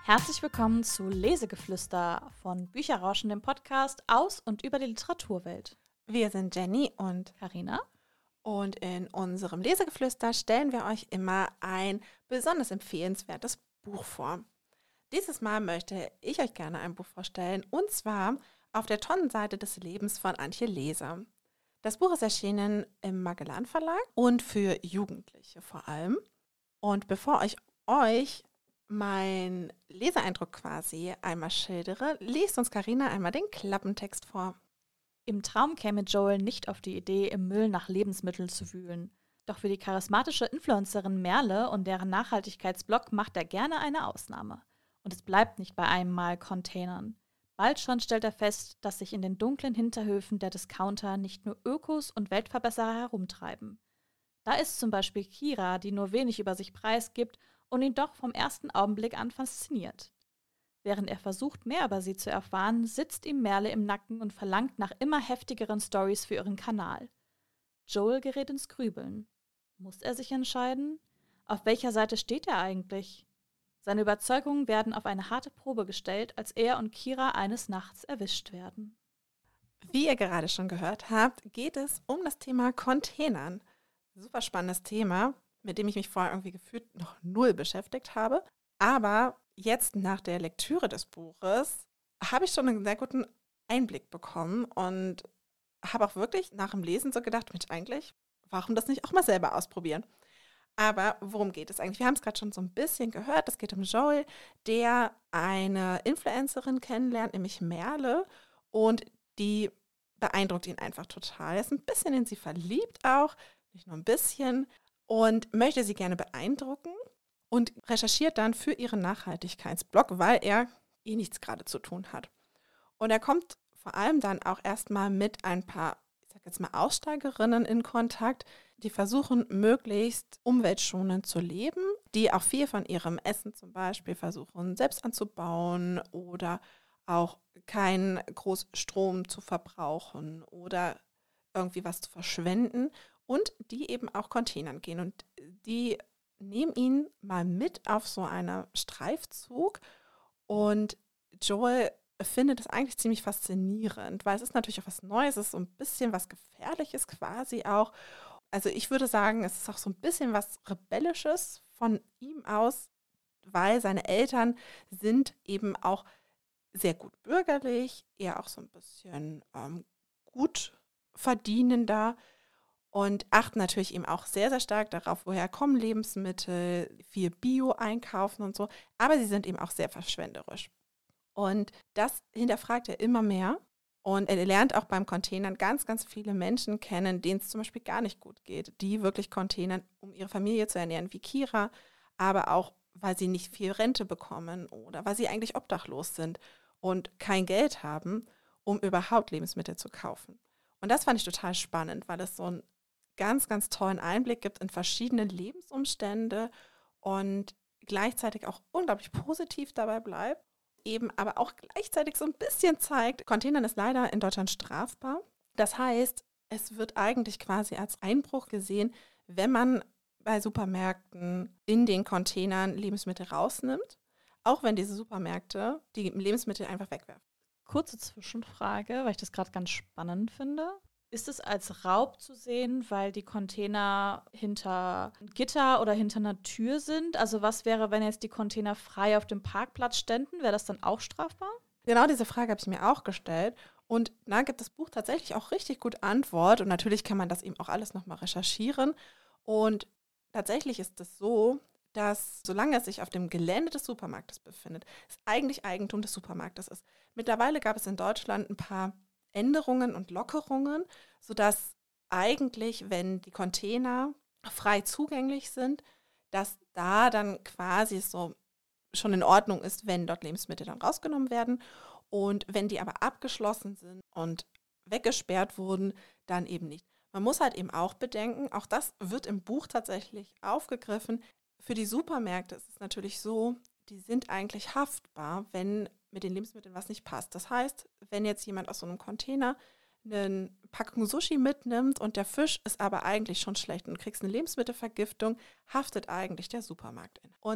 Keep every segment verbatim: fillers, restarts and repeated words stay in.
Herzlich willkommen zu Lesegeflüster von Bücherrauschen, dem Podcast aus und über die Literaturwelt. Wir sind Jenny und Carina. Und in unserem Lesegeflüster stellen wir euch immer ein besonders empfehlenswertes Buch vor. Dieses Mal möchte ich euch gerne ein Buch vorstellen, und zwar Auf der Tonnenseite des Lebens von Antje Leser. Das Buch ist erschienen im Magellan Verlag und für Jugendliche vor allem. Und bevor ich euch mein Leseeindruck quasi einmal schildere, liest uns Carina einmal den Klappentext vor. Im Traum käme Joel nicht auf die Idee, im Müll nach Lebensmitteln zu wühlen. Doch für die charismatische Influencerin Merle und deren Nachhaltigkeitsblog macht er gerne eine Ausnahme. Und es bleibt nicht bei einem Mal Containern. Bald schon stellt er fest, dass sich in den dunklen Hinterhöfen der Discounter nicht nur Ökos und Weltverbesserer herumtreiben. Da ist zum Beispiel Kira, die nur wenig über sich preisgibt und ihn doch vom ersten Augenblick an fasziniert. Während er versucht, mehr über sie zu erfahren, sitzt ihm Merle im Nacken und verlangt nach immer heftigeren Storys für ihren Kanal. Joel gerät ins Grübeln. Muss er sich entscheiden? Auf welcher Seite steht er eigentlich? Seine Überzeugungen werden auf eine harte Probe gestellt, als er und Kira eines Nachts erwischt werden. Wie ihr gerade schon gehört habt, geht es um das Thema Containern. Super spannendes Thema, mit dem ich mich vorher irgendwie gefühlt noch null beschäftigt habe. Aber jetzt nach der Lektüre des Buches habe ich schon einen sehr guten Einblick bekommen und habe auch wirklich nach dem Lesen so gedacht, Mensch, eigentlich, warum das nicht auch mal selber ausprobieren? Aber worum geht es eigentlich? Wir haben es gerade schon so ein bisschen gehört. Es geht um Joel, der eine Influencerin kennenlernt, nämlich Merle. Und die beeindruckt ihn einfach total. Er ist ein bisschen in sie verliebt auch, nicht nur ein bisschen, und möchte sie gerne beeindrucken und recherchiert dann für ihren Nachhaltigkeitsblog, weil er eh nichts gerade zu tun hat. Und er kommt vor allem dann auch erstmal mit ein paar, ich sag jetzt mal, Aussteigerinnen in Kontakt, die versuchen, möglichst umweltschonend zu leben, die auch viel von ihrem Essen zum Beispiel versuchen, selbst anzubauen oder auch keinen groß Strom zu verbrauchen oder irgendwie was zu verschwenden, und die eben auch Containern gehen. Und die nehmen ihn mal mit auf so einen Streifzug, und Joel findet es eigentlich ziemlich faszinierend, weil es ist natürlich auch was Neues, es ist so ein bisschen was Gefährliches quasi auch. Also ich würde sagen, es ist auch so ein bisschen was Rebellisches von ihm aus, weil seine Eltern sind eben auch sehr gut bürgerlich, eher auch so ein bisschen ähm, gut verdienender und achten natürlich eben auch sehr, sehr stark darauf, woher kommen Lebensmittel, viel Bio einkaufen und so, aber sie sind eben auch sehr verschwenderisch. Und das hinterfragt er immer mehr. Und er lernt auch beim Containern ganz, ganz viele Menschen kennen, denen es zum Beispiel gar nicht gut geht, die wirklich containern, um ihre Familie zu ernähren, wie Kira, aber auch, weil sie nicht viel Rente bekommen oder weil sie eigentlich obdachlos sind und kein Geld haben, um überhaupt Lebensmittel zu kaufen. Und das fand ich total spannend, weil es so einen ganz, ganz tollen Einblick gibt in verschiedene Lebensumstände und gleichzeitig auch unglaublich positiv dabei bleibt. Eben aber auch gleichzeitig so ein bisschen zeigt, Containern ist leider in Deutschland strafbar. Das heißt, es wird eigentlich quasi als Einbruch gesehen, wenn man bei Supermärkten in den Containern Lebensmittel rausnimmt, auch wenn diese Supermärkte die Lebensmittel einfach wegwerfen. Kurze Zwischenfrage, weil ich das gerade ganz spannend finde. Ist es als Raub zu sehen, weil die Container hinter Gitter oder hinter einer Tür sind? Also was wäre, wenn jetzt die Container frei auf dem Parkplatz ständen? Wäre das dann auch strafbar? Genau diese Frage habe ich mir auch gestellt. Und da gibt das Buch tatsächlich auch richtig gut Antwort. Und natürlich kann man das eben auch alles nochmal recherchieren. Und tatsächlich ist es so, dass solange es sich auf dem Gelände des Supermarktes befindet, es eigentlich Eigentum des Supermarktes ist. Mittlerweile gab es in Deutschland ein paar Änderungen und Lockerungen, sodass eigentlich, wenn die Container frei zugänglich sind, dass da dann quasi so schon in Ordnung ist, wenn dort Lebensmittel dann rausgenommen werden. Und wenn die aber abgeschlossen sind und weggesperrt wurden, dann eben nicht. Man muss halt eben auch bedenken, auch das wird im Buch tatsächlich aufgegriffen, für die Supermärkte ist es natürlich so, die sind eigentlich haftbar, wenn mit den Lebensmitteln was nicht passt. Das heißt, wenn jetzt jemand aus so einem Container eine Packung Sushi mitnimmt und der Fisch ist aber eigentlich schon schlecht und du kriegst eine Lebensmittelvergiftung, haftet eigentlich der Supermarkt in. Und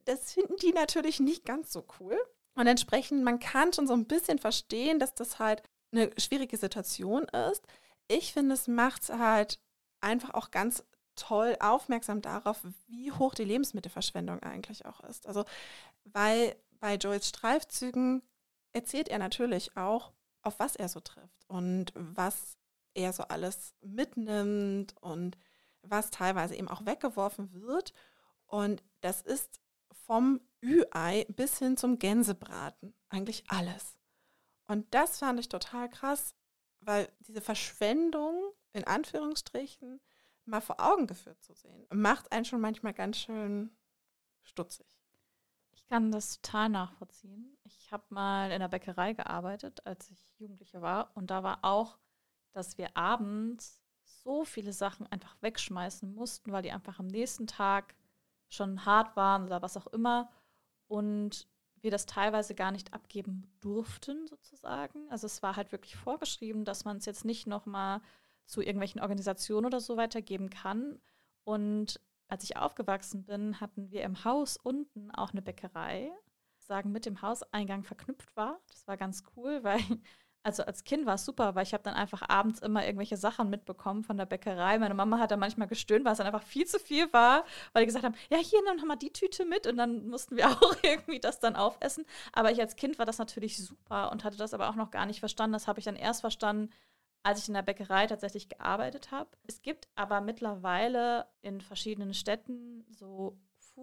das finden die natürlich nicht ganz so cool. Und entsprechend, man kann schon so ein bisschen verstehen, dass das halt eine schwierige Situation ist. Ich finde, es macht es halt einfach auch ganz toll aufmerksam darauf, wie hoch die Lebensmittelverschwendung eigentlich auch ist. Also, weil bei Joels Streifzügen erzählt er natürlich auch, auf was er so trifft und was er so alles mitnimmt und was teilweise eben auch weggeworfen wird. Und das ist vom Ü-Ei bis hin zum Gänsebraten eigentlich alles. Und das fand ich total krass, weil diese Verschwendung in Anführungsstrichen mal vor Augen geführt zu sehen, macht einen schon manchmal ganz schön stutzig. Ich kann das total nachvollziehen. Ich habe mal in der Bäckerei gearbeitet, als ich Jugendliche war. Und da war auch, dass wir abends so viele Sachen einfach wegschmeißen mussten, weil die einfach am nächsten Tag schon hart waren oder was auch immer. Und wir das teilweise gar nicht abgeben durften, sozusagen. Also es war halt wirklich vorgeschrieben, dass man es jetzt nicht nochmal zu irgendwelchen Organisationen oder so weitergeben kann. Und als ich aufgewachsen bin, hatten wir im Haus unten auch eine Bäckerei, die sagen mit dem Hauseingang verknüpft war. Das war ganz cool, weil, also als Kind war es super, weil ich habe dann einfach abends immer irgendwelche Sachen mitbekommen von der Bäckerei. Meine Mama hat dann manchmal gestöhnt, weil es dann einfach viel zu viel war, weil die gesagt haben, ja, hier, nimm doch mal die Tüte mit. Und dann mussten wir auch irgendwie das dann aufessen. Aber ich als Kind war das natürlich super und hatte das aber auch noch gar nicht verstanden. Das habe ich dann erst verstanden, als ich in der Bäckerei tatsächlich gearbeitet habe. Es gibt aber mittlerweile in verschiedenen Städten so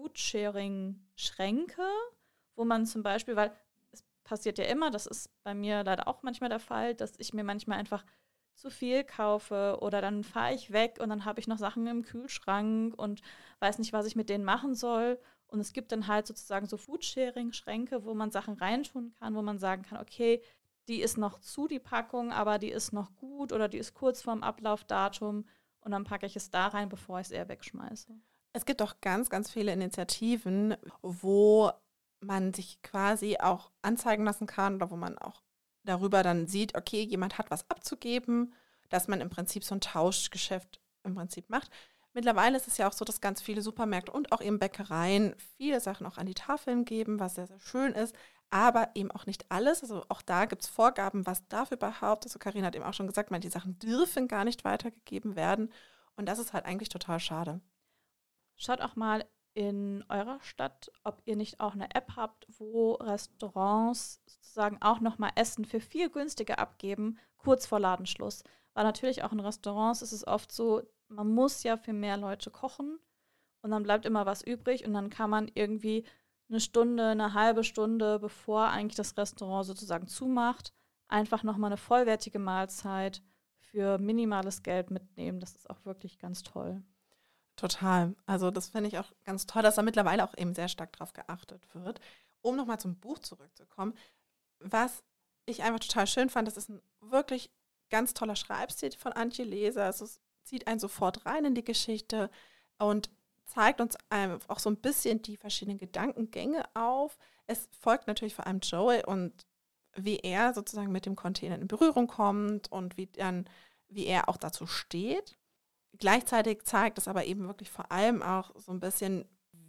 Foodsharing-Schränke, wo man zum Beispiel, weil es passiert ja immer, das ist bei mir leider auch manchmal der Fall, dass ich mir manchmal einfach zu viel kaufe oder dann fahre ich weg und dann habe ich noch Sachen im Kühlschrank und weiß nicht, was ich mit denen machen soll. Und es gibt dann halt sozusagen so Foodsharing-Schränke, wo man Sachen reintun kann, wo man sagen kann, okay, die ist noch zu, die Packung, aber die ist noch gut oder die ist kurz vorm Ablaufdatum und dann packe ich es da rein, bevor ich es eher wegschmeiße. Es gibt auch ganz, ganz viele Initiativen, wo man sich quasi auch anzeigen lassen kann oder wo man auch darüber dann sieht, okay, jemand hat was abzugeben, dass man im Prinzip so ein Tauschgeschäft im Prinzip macht. Mittlerweile ist es ja auch so, dass ganz viele Supermärkte und auch eben Bäckereien viele Sachen auch an die Tafeln geben, was sehr, sehr schön ist, aber eben auch nicht alles. Also auch da gibt es Vorgaben, was darf überhaupt. Also Carina hat eben auch schon gesagt, manche Sachen dürfen gar nicht weitergegeben werden und das ist halt eigentlich total schade. Schaut auch mal in eurer Stadt, ob ihr nicht auch eine App habt, wo Restaurants sozusagen auch nochmal Essen für viel günstiger abgeben, kurz vor Ladenschluss. Weil natürlich auch in Restaurants ist es oft so, man muss ja für mehr Leute kochen und dann bleibt immer was übrig und dann kann man irgendwie eine Stunde, eine halbe Stunde, bevor eigentlich das Restaurant sozusagen zumacht, einfach nochmal eine vollwertige Mahlzeit für minimales Geld mitnehmen. Das ist auch wirklich ganz toll. Total. Also das finde ich auch ganz toll, dass da mittlerweile auch eben sehr stark drauf geachtet wird. Um nochmal zum Buch zurückzukommen, was ich einfach total schön fand, das ist ein wirklich ganz toller Schreibstil von Antje Leser. Also es zieht einen sofort rein in die Geschichte und zeigt uns auch so ein bisschen die verschiedenen Gedankengänge auf. Es folgt natürlich vor allem Joel und wie er sozusagen mit dem Container in Berührung kommt und wie, dann, wie er auch dazu steht. Gleichzeitig zeigt es aber eben wirklich vor allem auch so ein bisschen,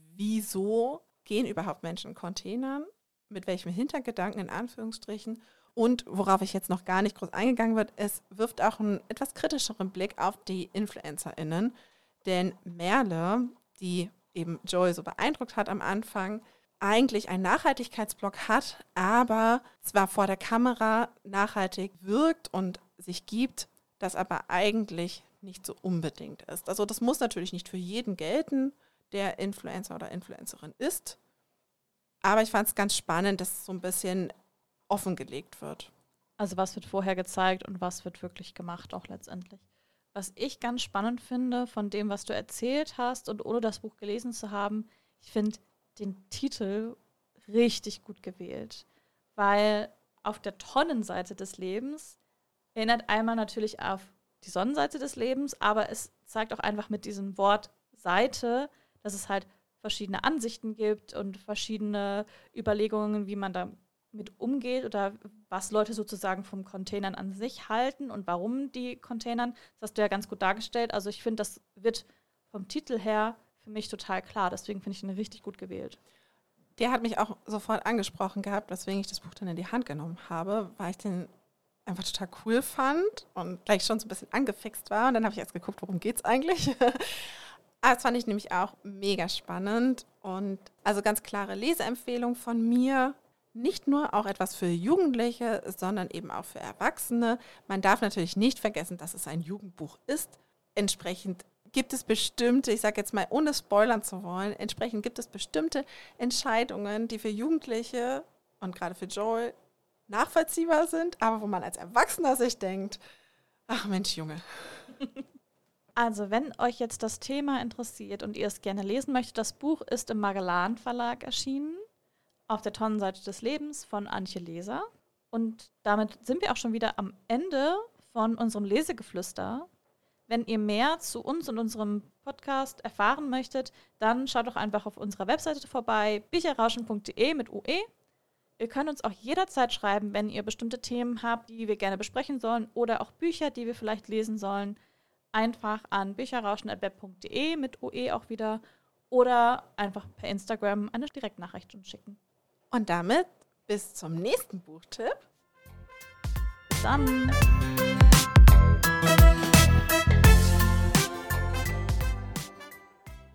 wieso gehen überhaupt Menschen in Containern, mit welchem Hintergedanken in Anführungsstrichen und worauf ich jetzt noch gar nicht groß eingegangen wird, es wirft auch einen etwas kritischeren Blick auf die InfluencerInnen, denn Merle, die eben Joel so beeindruckt hat am Anfang, eigentlich einen Nachhaltigkeitsblog hat, aber zwar vor der Kamera nachhaltig wirkt und sich gibt, das aber eigentlich nicht so unbedingt ist. Also das muss natürlich nicht für jeden gelten, der Influencer oder Influencerin ist, aber ich fand es ganz spannend, dass es so ein bisschen offengelegt wird. Also was wird vorher gezeigt und was wird wirklich gemacht auch letztendlich. Was ich ganz spannend finde von dem, was du erzählt hast und ohne das Buch gelesen zu haben, ich finde den Titel richtig gut gewählt, weil auf der Tonnenseite des Lebens erinnert einmal natürlich auf die Sonnenseite des Lebens, aber es zeigt auch einfach mit diesem Wort Seite, dass es halt verschiedene Ansichten gibt und verschiedene Überlegungen, wie man damit umgeht oder was Leute sozusagen vom Containern an sich halten und warum die Containern. Das hast du ja ganz gut dargestellt. Also ich finde, das wird vom Titel her für mich total klar. Deswegen finde ich ihn richtig gut gewählt. Der hat mich auch sofort angesprochen gehabt, weswegen ich das Buch dann in die Hand genommen habe, weil ich den einfach total cool fand und gleich schon so ein bisschen angefixt war. Und dann habe ich erst geguckt, worum geht es eigentlich. Aber das fand ich nämlich auch mega spannend. Und also ganz klare Leseempfehlung von mir. Nicht nur auch etwas für Jugendliche, sondern eben auch für Erwachsene. Man darf natürlich nicht vergessen, dass es ein Jugendbuch ist. Entsprechend gibt es bestimmte, ich sage jetzt mal, ohne spoilern zu wollen, entsprechend gibt es bestimmte Entscheidungen, die für Jugendliche und gerade für Joel nachvollziehbar sind, aber wo man als Erwachsener sich denkt, ach Mensch, Junge. Also, wenn euch jetzt das Thema interessiert und ihr es gerne lesen möchtet, das Buch ist im Magellan Verlag erschienen, auf der Tonnenseite des Lebens von Antje Leser. Und damit sind wir auch schon wieder am Ende von unserem Lesegeflüster. Wenn ihr mehr zu uns und unserem Podcast erfahren möchtet, dann schaut doch einfach auf unserer Webseite vorbei, bücherrauschen punkt de mit U E. Ihr könnt uns auch jederzeit schreiben, wenn ihr bestimmte Themen habt, die wir gerne besprechen sollen oder auch Bücher, die wir vielleicht lesen sollen. Einfach an bücherrauschen punkt web punkt de mit U E auch wieder oder einfach per Instagram eine Direktnachricht uns schicken. Und damit bis zum nächsten Buchtipp. Bis dann!